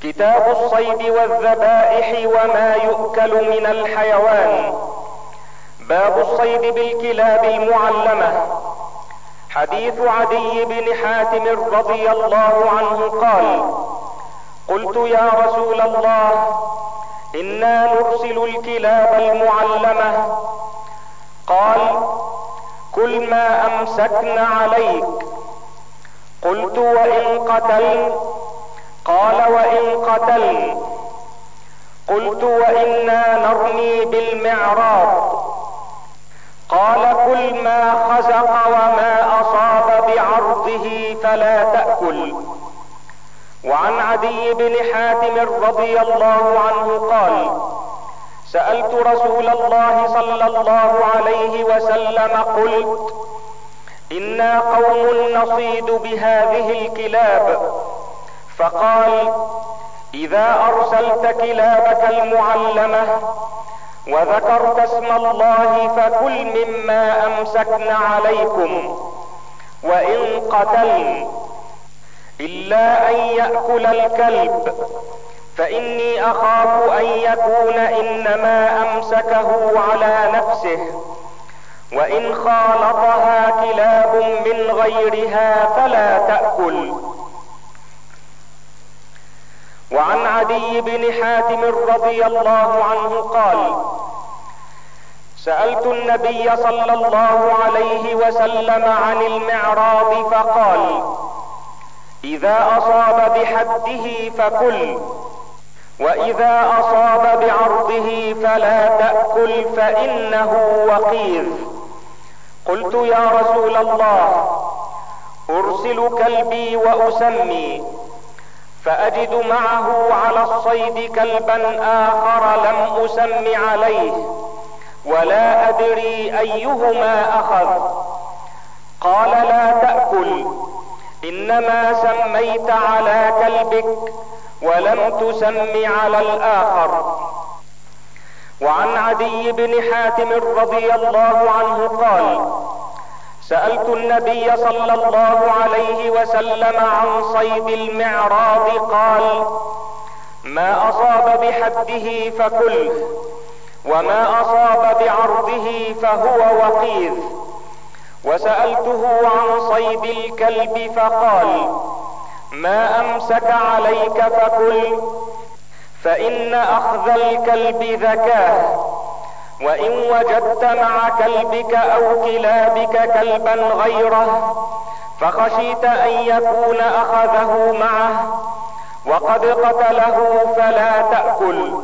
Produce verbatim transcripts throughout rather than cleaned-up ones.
كتاب الصيد والذبائح وما يؤكل من الحيوان. باب الصيد بالكلاب المعلمة. حديث عدي بن حاتم رضي الله عنه قال: قلت يا رسول الله، إنا نرسل الكلاب المعلمة. قال: كل ما أمسكن عليك. قلت: وإن قتلن؟ قال: وإن قتلن. قلت: وإنا نرمي بالمعراض. قال: كل ما خزق وما أصاب بعرضه فلا تأكل. وعن عدي بن حاتم رضي الله عنه قال: سألت رسول الله صلى الله عليه وسلم قلت: إنا قوم نصيد بهذه الكلاب. فقال: إذا أرسلت كلابك المعلمة وذكرت اسم الله فكل مما أمسكن عليكم، وإن قتلن، إلا أن يأكل الكلب، فإني أخاف أن يكون إنما أمسكه على نفسه، وإن خالطها كلاب من غيرها فلا تأكل. وعن عدي بن حاتم رضي الله عنه قال: سألت النبي صلى الله عليه وسلم عن المعراض فقال: إذا أصاب بحده فكل، وإذا أصاب بعرضه فلا تأكل فإنه وقيذ. قلت: يا رسول الله، أرسل كلبي وأسمي، فأجد معه على الصيد كلبا آخر لم أسم عليه، ولا أدري أيهما أخذ. قال: لا تأكل، إنما سميت على كلبك ولم تسم على الآخر. وعن عدي بن حاتم رضي الله عنه قال: سألت النبي صلى الله عليه وسلم عن صيد المعراض قال: ما أصاب بحده فكله، وما أصاب بعرضه فهو وقيذ. وسألته عن صيد الكلب فقال: ما أمسك عليك فكل، فإن أخذ الكلب ذكاه، وإن وجدت مع كلبك أو كلابك كلبا غيره فخشيت أن يكون أخذه معه وقد قتله فلا تأكل،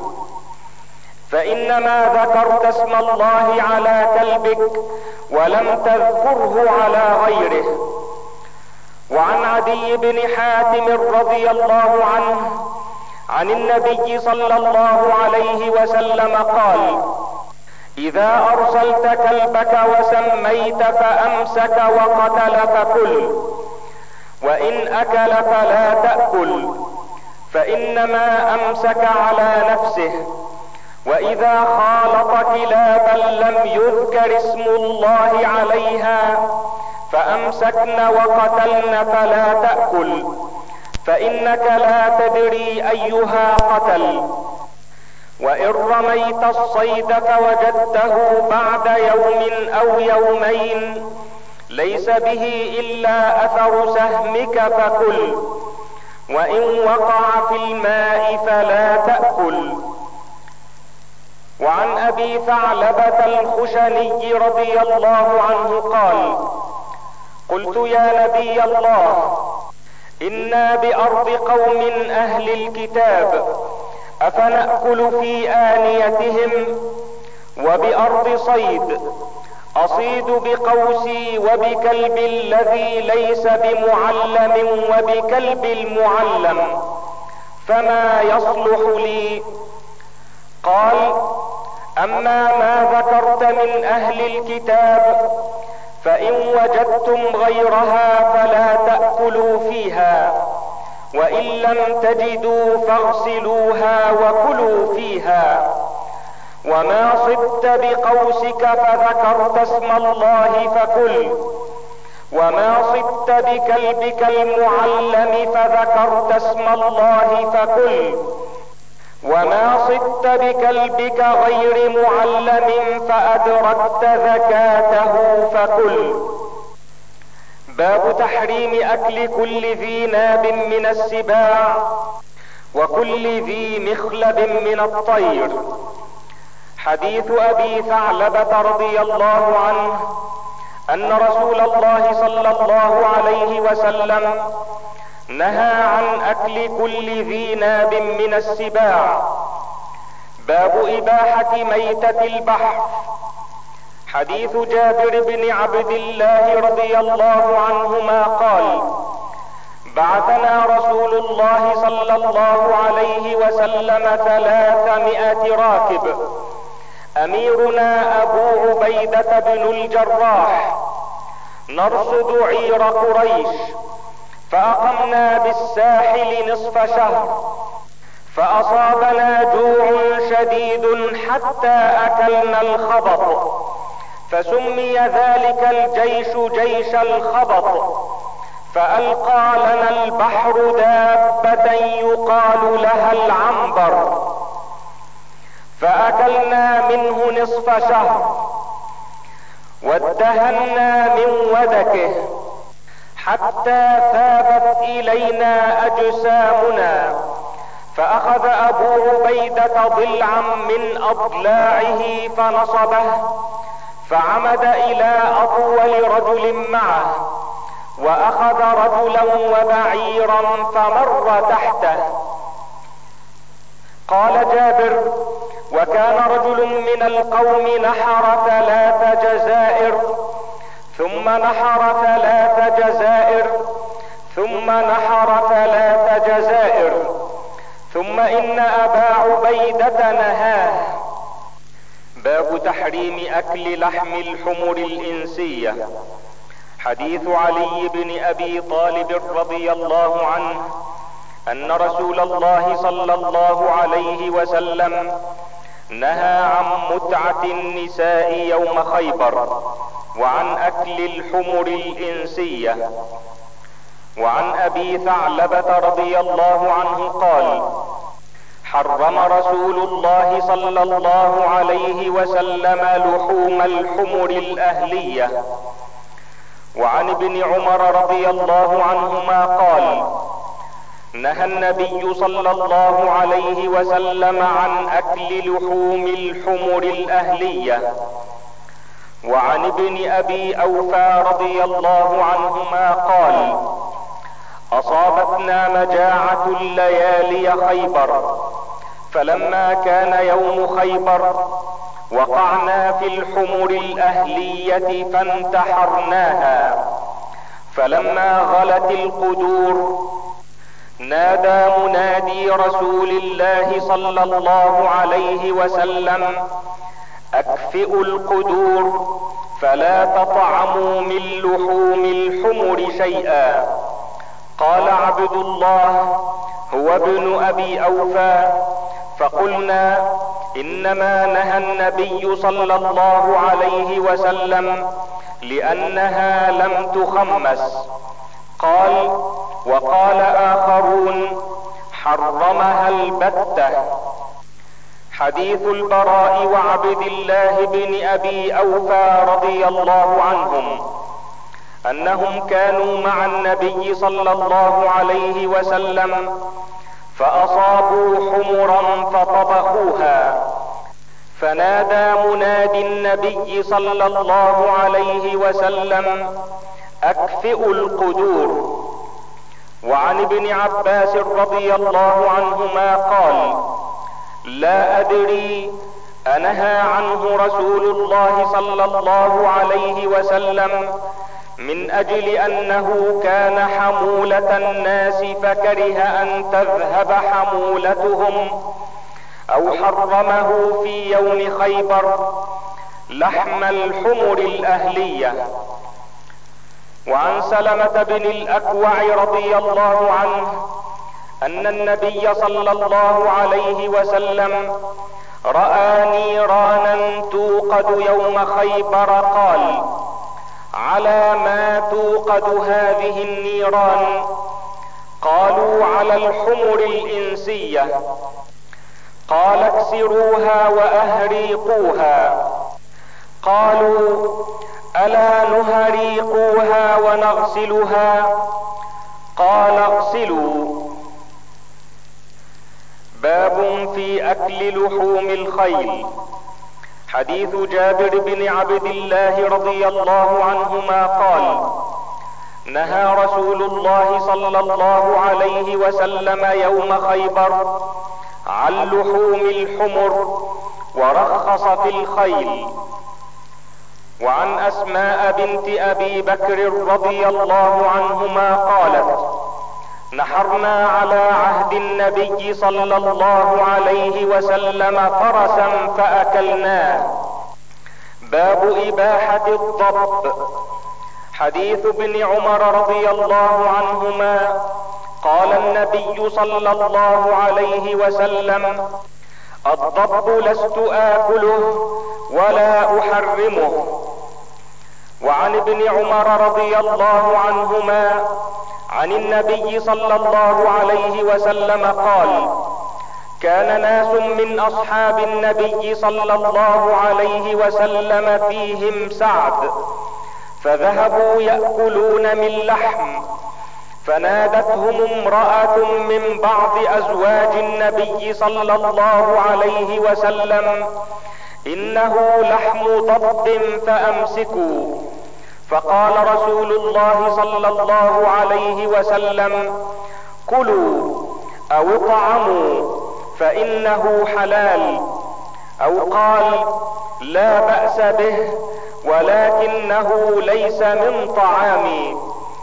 فإنما ذكرت اسم الله على كلبك ولم تذكره على غيره. وعن عدي بن حاتم رضي الله عنه عن النبي صلى الله عليه وسلم قال: إذا أرسلت كلبك وسميت فأمسك وقتل فكل، وإن أكل فلا تأكل، فإنما أمسك على نفسه. وإذا خالط كلابا لم يذكر اسم الله عليها فأمسكن وقتلن فلا تأكل، فإنك لا تدري أيها قتل. وإن رميت الصيد فوجدته بعد يوم أو يومين ليس به إلا أثر سهمك فكل، وإن وقع في الماء فلا تأكل. وعن أبي ثعلبة الخشني رضي الله عنه قال: قلت: يا نبي الله، إنا بأرض قوم أهل الكتاب، أفنأكل في آنيتهم؟ وبأرض صيد، أصيد بقوسي وبكلب الذي ليس بمعلم وبكلب المعلم، فما يصلح لي؟ قال: أما ما ذكرت من أهل الكتاب فإن وجدتم غيرها فلا تأكلوا فيها، وإن لم تجدوا فاغسلوها وكلوا فيها. وما صدت بقوسك فذكرت اسم الله فكل، وما صدت بكلبك المعلم فذكرت اسم الله فكل، وما صدت بكلبك غير معلم فأدركت زكاته فكل. باب تحريم اكل كل ذي ناب من السباع وكل ذي مخلب من الطير. حديث ابي ثعلبة رضي الله عنه ان رسول الله صلى الله عليه وسلم نهى عن اكل كل ذي ناب من السباع. باب اباحة ميتة البحر. حديث جابر بن عبد الله رضي الله عنهما قال: بعثنا رسول الله صلى الله عليه وسلم ثلاثمائة راكب، اميرنا ابو عبيدة بن الجراح، نرصد عير قريش، فاقمنا بالساحل نصف شهر، فاصابنا جوع شديد حتى اكلنا الخبط، فسمي ذلك الجيش جيش الخبط. فألقى لنا البحر دابة يقال لها العنبر، فأكلنا منه نصف شهر، وادهنا من ودكه حتى ثابت إلينا أجسامنا. فأخذ أبو عبيدة ضلعا من أضلاعه فنصبه، فعمد إلى أطول رجل معه، واخذ رجلا وبعيرا فمر تحته. قال جابر: وكان رجل من القوم نحر ثلاث جزائر، ثم نحر ثلاث جزائر، ثم نحر ثلاث جزائر، ثم ان ابا عبيدة نهاه. باب تحريم اكل لحم الحمر الانسية. حديث علي بن ابي طالب رضي الله عنه ان رسول الله صلى الله عليه وسلم نهى عن متعة النساء يوم خيبر، وعن اكل الحمر الانسية. وعن ابي ثعلبة رضي الله عنه قال: حرم رسول الله صلى الله عليه وسلم لحوم الحمر الاهلية. وعن ابن عمر رضي الله عنهما قال: نهى النبي صلى الله عليه وسلم عن اكل لحوم الحمر الاهلية. وعن ابن ابي اوفى رضي الله عنهما قال: اصابتنا مجاعة الليالي خيبر، فلما كان يوم خيبر وقعنا في الحمر الاهلية فانتحرناها، فلما غلت القدور نادى منادي رسول الله صلى الله عليه وسلم: اكفئوا القدور فلا تطعموا من لحوم الحمر شيئا. قال عبد الله هو ابن ابي اوفى: فقلنا: انما نهى النبي صلى الله عليه وسلم لانها لم تخمس. قال: وقال اخرون: حرمها البتة. حديث البراء وعبد الله بن ابي اوفى رضي الله عنهم انهم كانوا مع النبي صلى الله عليه وسلم فاصابوا حمرا فطبخوها، فنادى منادي النبي صلى الله عليه وسلم: اكفئوا القدور. وعن ابن عباس رضي الله عنهما قال: لا ادري انهى عنه رسول الله صلى الله عليه وسلم من اجل انه كان حمولة الناس فكره ان تذهب حمولتهم، او حرمه في يوم خيبر لحم الحمر الاهلية. وعن سلمة بن الاكوع رضي الله عنه ان النبي صلى الله عليه وسلم رأى نيرانا توقد يوم خيبر، قال: على ما توقد هذه النيران؟ قالوا على الحمر الإنسية. قال اكسروها وأهريقوها. قالوا ألا نهريقوها ونغسلها؟ قال اغسلوا. باب في أكل لحوم الخيل. حديث جابر بن عبد الله رضي الله عنهما قال: نهى رسول الله صلى الله عليه وسلم يوم خيبر عن لحوم الحمر ورخص في الخيل. وعن أسماء بنت أبي بكر رضي الله عنهما قالت: نحرنا على عهد النبي صلى الله عليه وسلم فرسا فأكلناه. باب إباحة الضب. حديث ابن عمر رضي الله عنهما قال النبي صلى الله عليه وسلم: الضب لست آكله ولا أحرمه. وعن ابن عمر رضي الله عنهما عن النبي صلى الله عليه وسلم قال: كان ناس من أصحاب النبي صلى الله عليه وسلم فيهم سعد، فذهبوا يأكلون من لحم، فنادتهم امرأة من بعض أزواج النبي صلى الله عليه وسلم: إنه لحم ضب فأمسكوا. فقال رسول الله صلى الله عليه وسلم: كلوا أو اطعموا فإنه حلال. أو قال: لا بأس به ولكنه ليس من طعامي.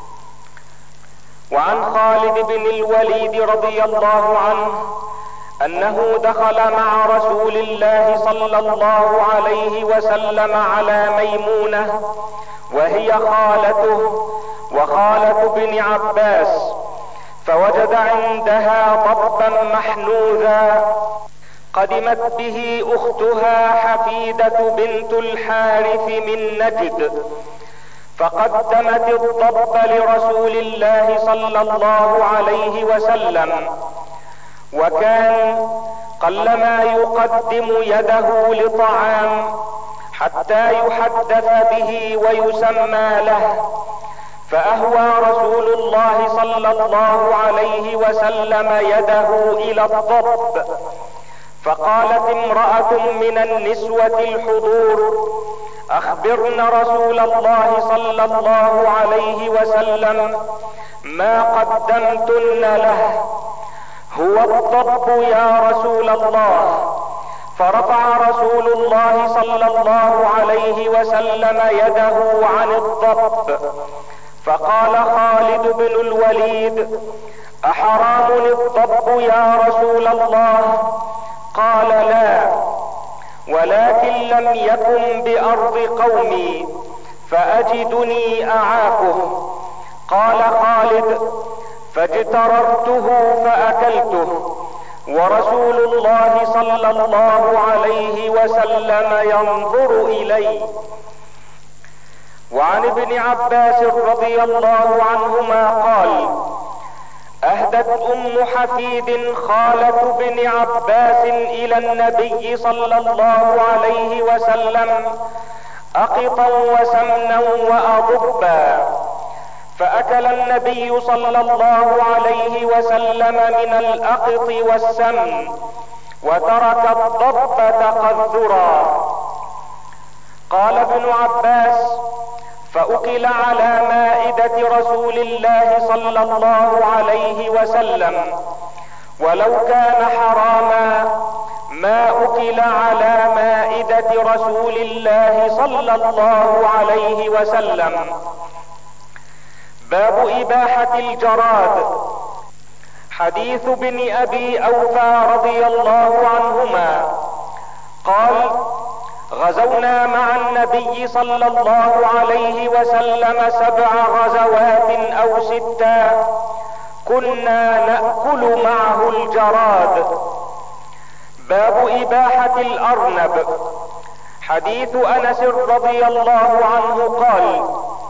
وعن خالد بن الوليد رضي الله عنه انه دخل مع رسول الله صلى الله عليه وسلم على ميمونة وهي خالته وخالة بن عباس، فوجد عندها ضبا محنوذا قدمت به اختها حفيدة بنت الحارث من نجد، فقدمت الضب لرسول الله صلى الله عليه وسلم. وكان قلما يقدم يده لطعام حتى يحدث به ويسمى له، فأهوى رسول الله صلى الله عليه وسلم يده إلى الضب، فقالت امرأة من النسوة الحضور: أخبرن رسول الله صلى الله عليه وسلم ما قدمتن له. هو الضب يا رسول الله. فرفع رسول الله صلى الله عليه وسلم يده عن الضب، فقال خالد بن الوليد: أحرام الضب يا رسول الله؟ قال: لا، ولكن لم يكن بأرض قومي فأجدني أعافه. قال خالد: فاجتررته فأكلته، ورسول الله صلى الله عليه وسلم ينظر إلي. وعن ابن عباس رضي الله عنهما قال: أهدت أم حفيد خالة بن عباس إلى النبي صلى الله عليه وسلم أقطا وسمنا وأضبا، فأكل النبي صلى الله عليه وسلم من الأقط والسمن وترك الضب تقذرا. قال ابن عباس: فأكل على مائدة رسول الله صلى الله عليه وسلم، ولو كان حراما ما أكل على مائدة رسول الله صلى الله عليه وسلم. باب إباحة الجراد. حديث ابن أبي أوفى رضي الله عنهما قال: غزونا مع النبي صلى الله عليه وسلم سبع غزوات أو ستا، كنا نأكل معه الجراد. باب إباحة الأرنب. حديث أنس رضي الله عنه قال: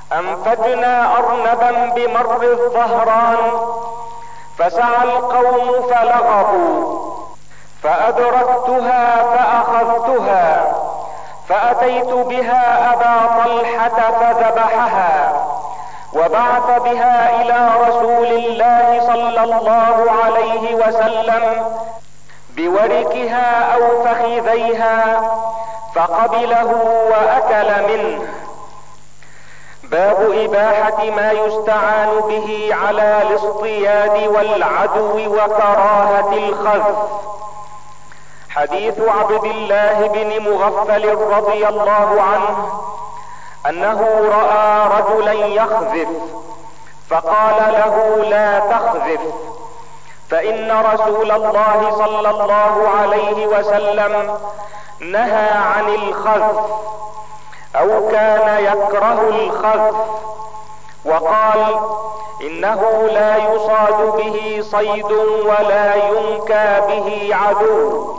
انفجنا ارنبا بمر الظهران فسعى القوم فلغبوا، فادركتها فاخذتها فاتيت بها ابا طلحة فذبحها وبعث بها الى رسول الله صلى الله عليه وسلم بوركها او فخذيها فقبله واكل منه. باب اباحة ما يستعان به على الاصطياد والعدو وكراهة الخذف. حديث عبد الله بن مغفل رضي الله عنه انه رأى رجلا يخذف فقال له لا تخذف، فان رسول الله صلى الله عليه وسلم نهى عن الخذف او كان يكره الخذف، وقال انه لا يصاد به صيد ولا ينكى به عدو،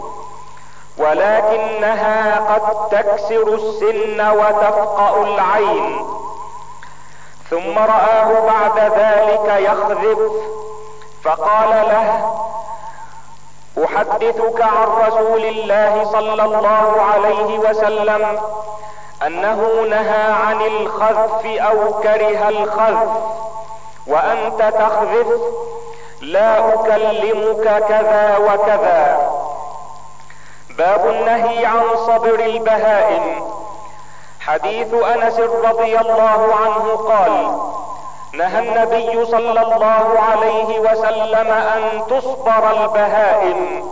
ولكنها قد تكسر السن وتفقأ العين. ثم رآه بعد ذلك يخذف فقال له احدثك عن رسول الله صلى الله عليه وسلم انه نهى عن الخذف او كره الخذف وانت تخذف؟ لا اكلمك كذا وكذا. باب النهي عن صبر البهائم. حديث انس رضي الله عنه قال نهى النبي صلى الله عليه وسلم ان تصبر البهائم.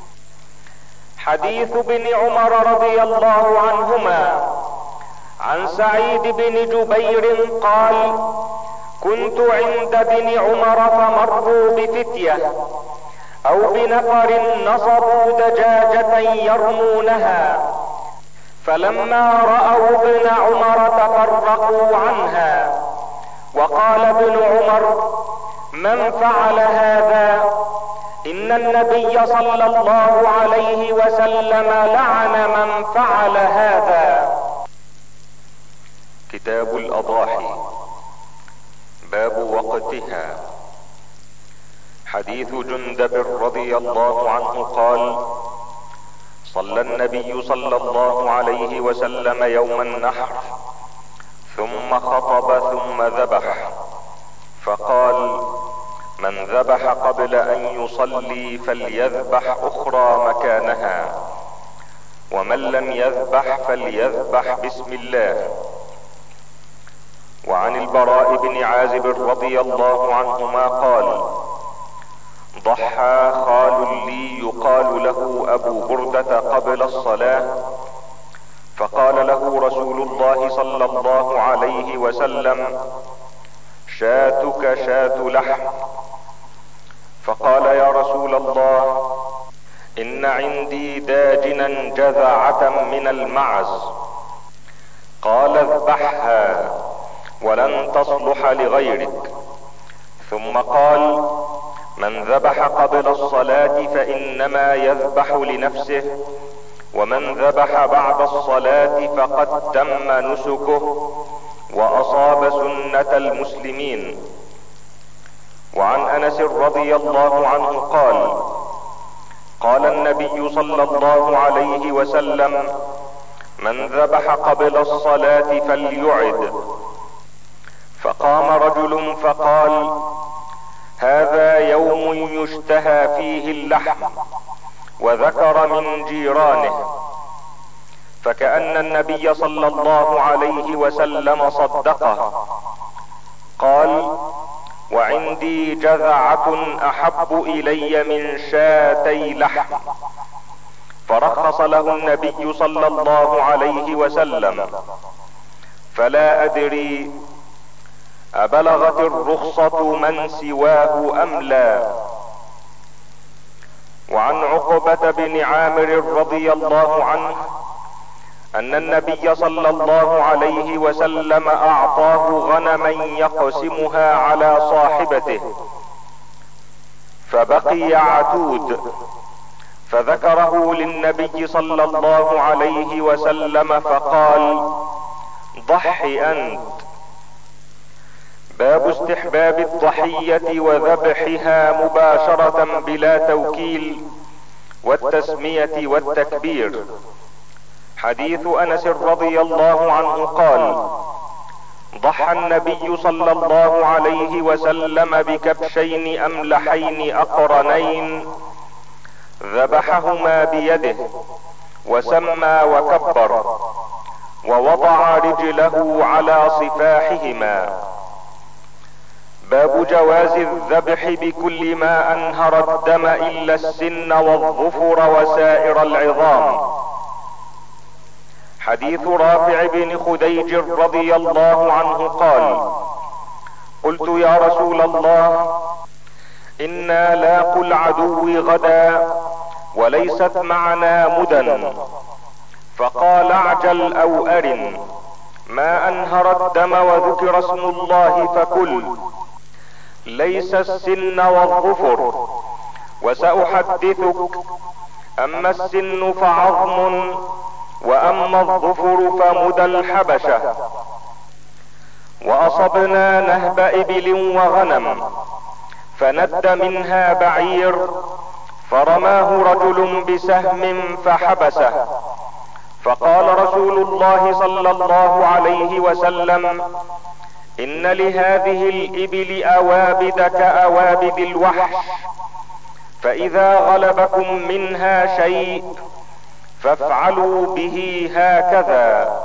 حديث ابن عمر رضي الله عنهما عن سعيد بن جبير قال كنت عند ابن عمر فمروا بفتية او بنفر نصبوا دجاجة يرمونها، فلما رأوا ابن عمر تفرقوا عنها، وقال ابن عمر من فعل هذا؟ ان النبي صلى الله عليه وسلم لعن من فعل هذا. كتاب الاضاحي. باب وقتها. حديث جندب رضي الله عنه قال صلى النبي صلى الله عليه وسلم يوم النحر ثم خطب ثم ذبح، فقال من ذبح قبل ان يصلي فليذبح اخرى مكانها، ومن لم يذبح فليذبح بسم الله. وعن البراء بن عازب رضي الله عنهما قال ضحى خال لي يقال له ابو بردة قبل الصلاة، فقال له رسول الله صلى الله عليه وسلم شاتك شات لحم، فقال يا رسول الله ان عندي داجنا جذعة من المعز، قال اذبحها ولن تصلح لغيرك. ثم قال من ذبح قبل الصلاة فانما يذبح لنفسه، ومن ذبح بعد الصلاة فقد تم نسكه واصاب سنة المسلمين. وعن انس رضي الله عنه قال قال النبي صلى الله عليه وسلم من ذبح قبل الصلاة فليعد. فقام رجل فقال هذا يوم يشتهى فيه اللحم، وذكر من جيرانه، فكأن النبي صلى الله عليه وسلم صدقه. قال وعندي جذعة احب الي من شاتي لحم، فرخص له النبي صلى الله عليه وسلم. فلا ادري ابلغت الرخصة من سواه ام لا. وعن عقبة بن عامر رضي الله عنه ان النبي صلى الله عليه وسلم اعطاه غنما يقسمها على صاحبته، فبقي عتود، فذكره للنبي صلى الله عليه وسلم فقال ضح انت. باب استحباب الضحية وذبحها مباشرة بلا توكيل والتسمية والتكبير. حديث انس رضي الله عنه قال: ضحى النبي صلى الله عليه وسلم بكبشين املحين اقرنين ذبحهما بيده وسمى وكبر ووضع رجله على صفاحهما. باب جواز الذبح بكل ما انهر الدم الا السن والظفر وسائر العظام. حديث رافع بن خديج رضي الله عنه قال: قلت يا رسول الله، انا لاقوا العدو غدا وليست معنا مدن، فقال: اعجل او ارن، ما انهر الدم وذكر اسم الله فكل، ليس السن والظفر، وسأحدثك، اما السن فعظم، واما الظفر فمدى الحبشة. واصبنا نهب ابل وغنم فند منها بعير فرماه رجل بسهم فحبسه، فقال رسول الله صلى الله عليه وسلم: ان لهذه الابل اوابد كاوابد الوحش، فاذا غلبكم منها شيء فافعلوا به هكذا.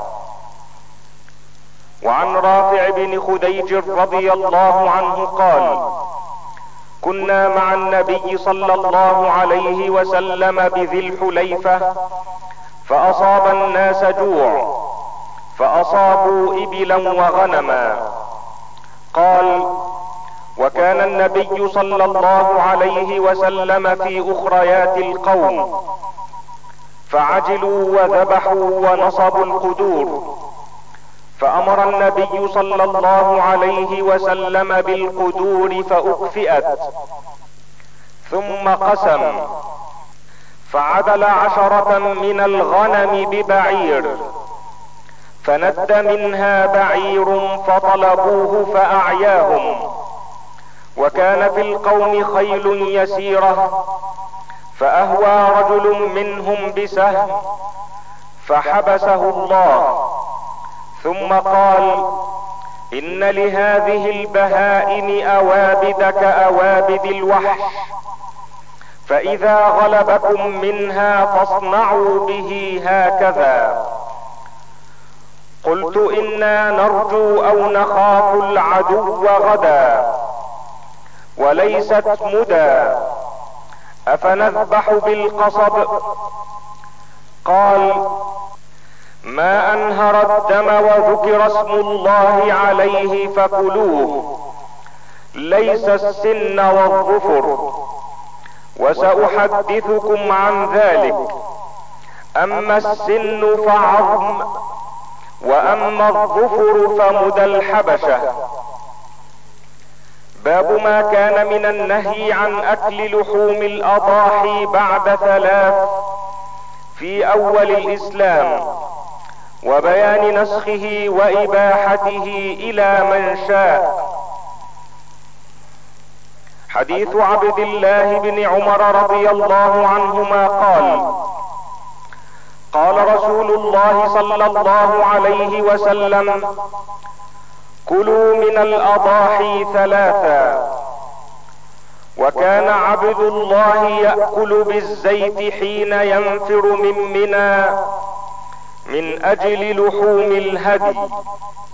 وعن رافع بن خديج رضي الله عنه قال: كنا مع النبي صلى الله عليه وسلم بذي الحليفة فاصاب الناس جوع فاصابوا ابلا وغنما. قال: وكان النبي صلى الله عليه وسلم في اخريات القوم فعجلوا وذبحوا ونصبوا القدور، فامر النبي صلى الله عليه وسلم بالقدور فاكفئت، ثم قسم فعدل عشرة من الغنم ببعير، فند منها بعير فطلبوه فاعياهم، وكان في القوم خيل يسيرة، فاهوى رجل منهم بسهم فحبسه الله، ثم قال: ان لهذه البهائم اوابد كاوابد الوحش، فاذا غلبكم منها فاصنعوا به هكذا. قلت: انا نرجو او نخاف العدو غدا وليست مدى، افنذبح بالقصب؟ قال: ما انهر الدم وذكر اسم الله عليه فكلوه، ليس السن والظفر، وسأحدثكم عن ذلك، اما السن فعظم، واما الظفر فمدى الحبشة. باب ما كان من النهي عن اكل لحوم الاضاحي بعد ثلاث في اول الاسلام، وبيان نسخه واباحته الى من شاء. حديث عبد الله بن عمر رضي الله عنهما قال: قال رسول الله صلى الله عليه وسلم: كلوا من الاضاحي ثلاثا. وكان عبد الله يأكل بالزيت حين ينفر من منى من اجل لحوم الهدي،